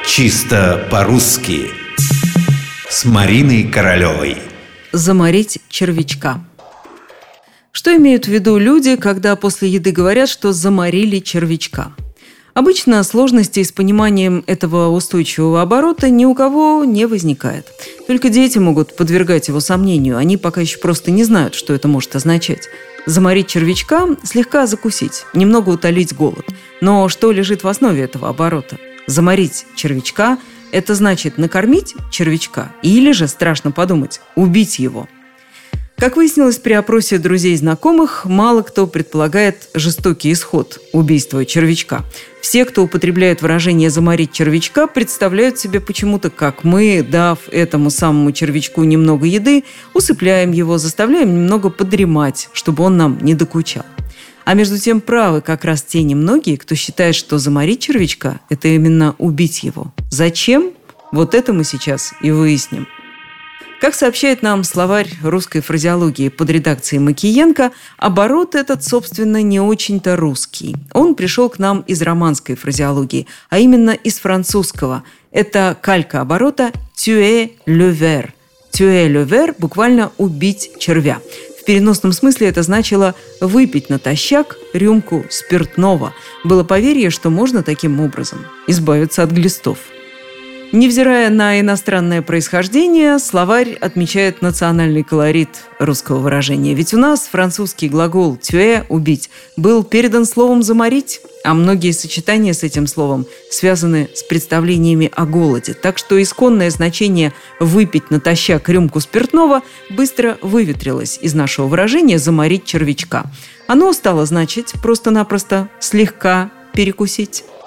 Чисто по-русски с Мариной Королевой. Заморить червячка. Что имеют в виду люди, когда после еды говорят, что заморили червячка? Обычно сложностей с пониманием этого устойчивого оборота ни у кого не возникает. Только дети могут подвергать его сомнению. Они пока еще просто не знают, что это может означать. Заморить червячка – слегка закусить, немного утолить голод. Но что лежит в основе этого оборота? Заморить червячка – это значит накормить червячка или же, страшно подумать, убить его. Как выяснилось при опросе друзей и знакомых, мало кто предполагает жестокий исход убийства червячка. Все, кто употребляет выражение «заморить червячка», представляют себе почему-то, как мы, дав этому самому червячку немного еды, усыпляем его, заставляем немного подремать, чтобы он нам не докучал. А между тем правы как раз те немногие, кто считает, что заморить червячка – это именно убить его. Зачем? Вот это мы сейчас и выясним. Как сообщает нам словарь русской фразеологии под редакцией Макиенко, оборот этот, собственно, не очень-то русский. Он пришел к нам из романской фразеологии, а именно из французского. Это калька оборота «tuer le ver». «Tuer le ver» буквально «убить червя». В переносном смысле это значило выпить натощак рюмку спиртного. Было поверье, что можно таким образом избавиться от глистов. Невзирая на иностранное происхождение, словарь отмечает национальный колорит русского выражения. Ведь у нас французский глагол «tuer» – «убить» был передан словом «заморить», а многие сочетания с этим словом связаны с представлениями о голоде. Так что исконное значение «выпить натощак рюмку спиртного» быстро выветрилось из нашего выражения «заморить червячка». Оно стало значить просто-напросто «слегка перекусить».